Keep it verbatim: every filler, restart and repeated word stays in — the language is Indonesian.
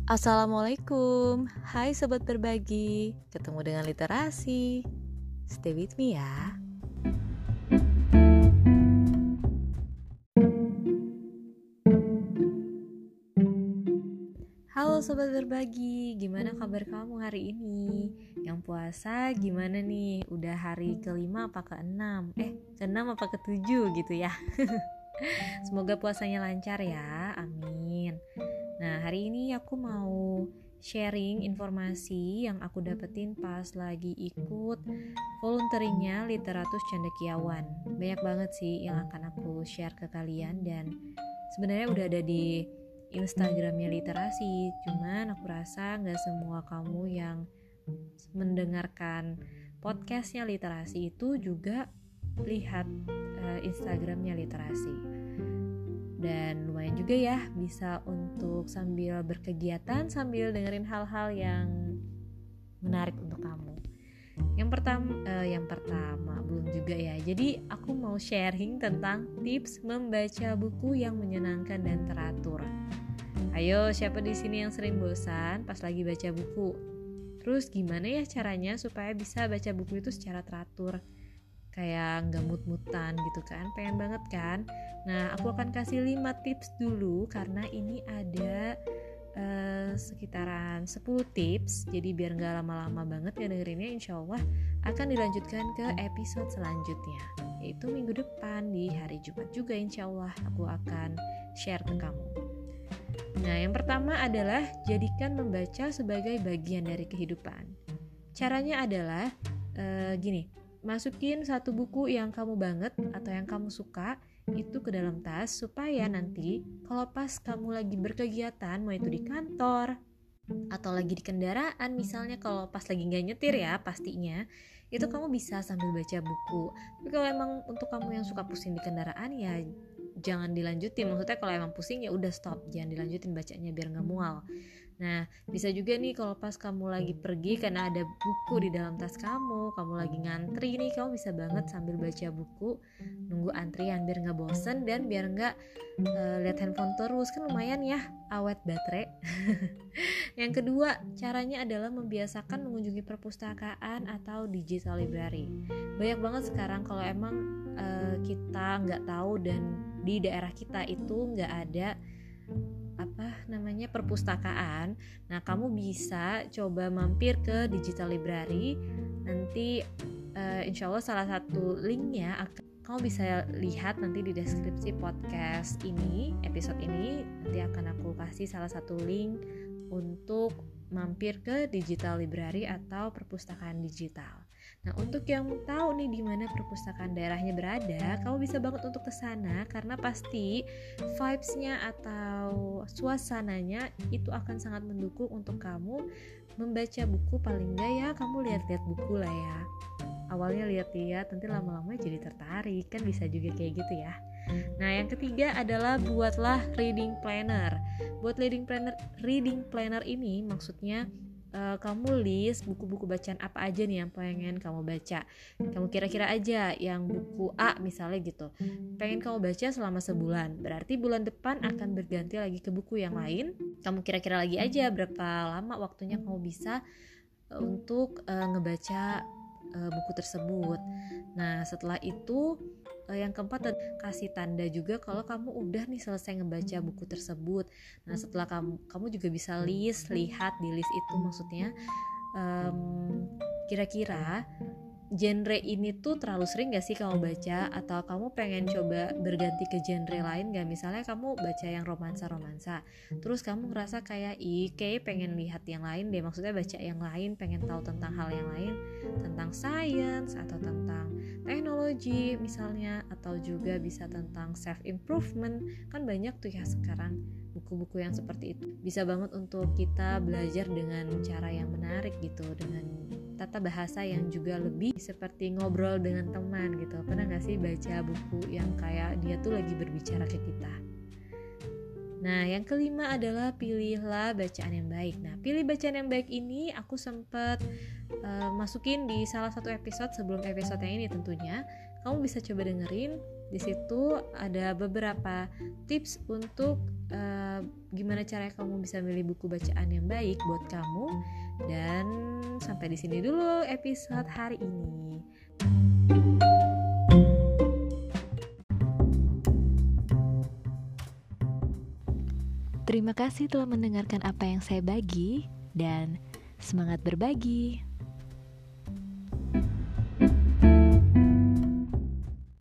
Assalamualaikum, hai sobat berbagi, ketemu dengan literasi. Stay with me ya. Halo sobat berbagi, gimana kabar kamu hari ini? Yang puasa gimana nih? Udah hari kelima apa keenam? Eh, keenam apa ketujuh gitu ya? Semoga puasanya lancar ya, amin. Nah, hari ini aku mau sharing informasi yang aku dapetin pas lagi ikut volunteeringnya Literatus Cendekiawan. Banyak banget sih yang akan aku share ke kalian dan sebenarnya udah ada di Instagramnya literasi. Cuman aku rasa gak semua kamu yang mendengarkan podcastnya literasi itu juga lihat uh, Instagramnya literasi. Dan lumayan juga ya, bisa untuk sambil berkegiatan, sambil dengerin hal-hal yang menarik untuk kamu. Yang pertama, uh, yang pertama belum juga ya. Jadi aku mau sharing tentang tips membaca buku yang menyenangkan dan teratur. Ayo, siapa di sini yang sering bosan pas lagi baca buku? Terus gimana ya caranya supaya bisa baca buku itu secara teratur? Kayak gak mut-mutan gitu kan, pengen banget kan? Nah, aku akan kasih lima tips dulu karena ini ada uh, sekitaran sepuluh tips. Jadi biar gak lama-lama banget ya dengerinnya, insya Allah akan dilanjutkan ke episode selanjutnya, yaitu minggu depan di hari Jumat juga insya Allah aku akan share ke kamu. Nah, yang pertama adalah jadikan membaca sebagai bagian dari kehidupan. Caranya adalah uh, gini, masukin satu buku yang kamu banget atau yang kamu suka itu ke dalam tas supaya nanti kalau pas kamu lagi berkegiatan, mau itu di kantor atau lagi di kendaraan, misalnya kalau pas lagi gak nyetir ya pastinya, itu kamu bisa sambil baca buku. Tapi kalau emang untuk kamu yang suka pusing di kendaraan ya jangan dilanjutin, maksudnya kalau emang pusing ya udah stop, jangan dilanjutin bacanya biar gak mual. Nah, bisa juga nih kalau pas kamu lagi pergi karena ada buku di dalam tas kamu, kamu lagi ngantri nih, kamu bisa banget sambil baca buku, nunggu antrian biar gak bosen dan biar gak uh, lihat handphone terus, kan lumayan ya awet baterai. Yang kedua, caranya adalah membiasakan mengunjungi perpustakaan atau digital library. Banyak banget sekarang kalau emang uh, kita gak tahu dan di daerah kita itu gak ada apa namanya perpustakaan. Nah, kamu bisa coba mampir ke digital library. Nanti uh, insya Allah salah satu linknya akan kamu bisa lihat nanti di deskripsi podcast ini, episode ini nanti akan aku kasih salah satu link untuk mampir ke digital library atau perpustakaan digital. Nah, untuk yang tahu nih di mana perpustakaan daerahnya berada, kamu bisa banget untuk ke sana karena pasti vibes-nya atau suasananya itu akan sangat mendukung untuk kamu membaca buku. Paling enggak ya kamu lihat-lihat buku lah ya. Awalnya lihat-lihat, nanti lama-lama jadi tertarik, kan bisa juga kayak gitu ya. Nah, yang ketiga adalah buatlah reading planner. Buat reading planner, reading planner ini maksudnya uh, kamu list buku-buku bacaan apa aja nih yang pengen kamu baca. Kamu kira-kira aja yang buku A misalnya gitu, pengen kamu baca selama sebulan. Berarti bulan depan akan berganti lagi ke buku yang lain. Kamu kira-kira lagi aja berapa lama waktunya kamu bisa uh, untuk uh, ngebaca uh, buku tersebut. Nah, setelah itu yang keempat, kasih tanda juga kalau kamu udah nih selesai ngebaca buku tersebut. Nah, setelah kamu kamu juga bisa list, lihat di list itu maksudnya um, kira-kira genre ini tuh terlalu sering gak sih kamu baca, atau kamu pengen coba berganti ke genre lain gak? Misalnya kamu baca yang romansa-romansa, terus kamu ngerasa kayak ih kayak pengen lihat yang lain deh, maksudnya baca yang lain, pengen tahu tentang hal yang lain, tentang science atau tentang teknologi misalnya, atau juga bisa tentang self improvement. Kan banyak tuh ya sekarang buku-buku yang seperti itu. Bisa banget untuk kita belajar dengan cara yang menarik gitu, dengan tata bahasa yang juga lebih seperti ngobrol dengan teman gitu. Pernah gak sih baca buku yang kayak dia tuh lagi berbicara ke kita? Nah, yang kelima adalah pilihlah bacaan yang baik. Nah, pilih bacaan yang baik ini aku sempat uh, masukin di salah satu episode sebelum episode yang ini tentunya. Kamu bisa coba dengerin Di situ ada beberapa tips untuk uh, gimana cara kamu bisa milih buku bacaan yang baik buat kamu. Dan sampai di sini dulu episode hari ini. Terima kasih telah mendengarkan apa yang saya bagi dan semangat berbagi.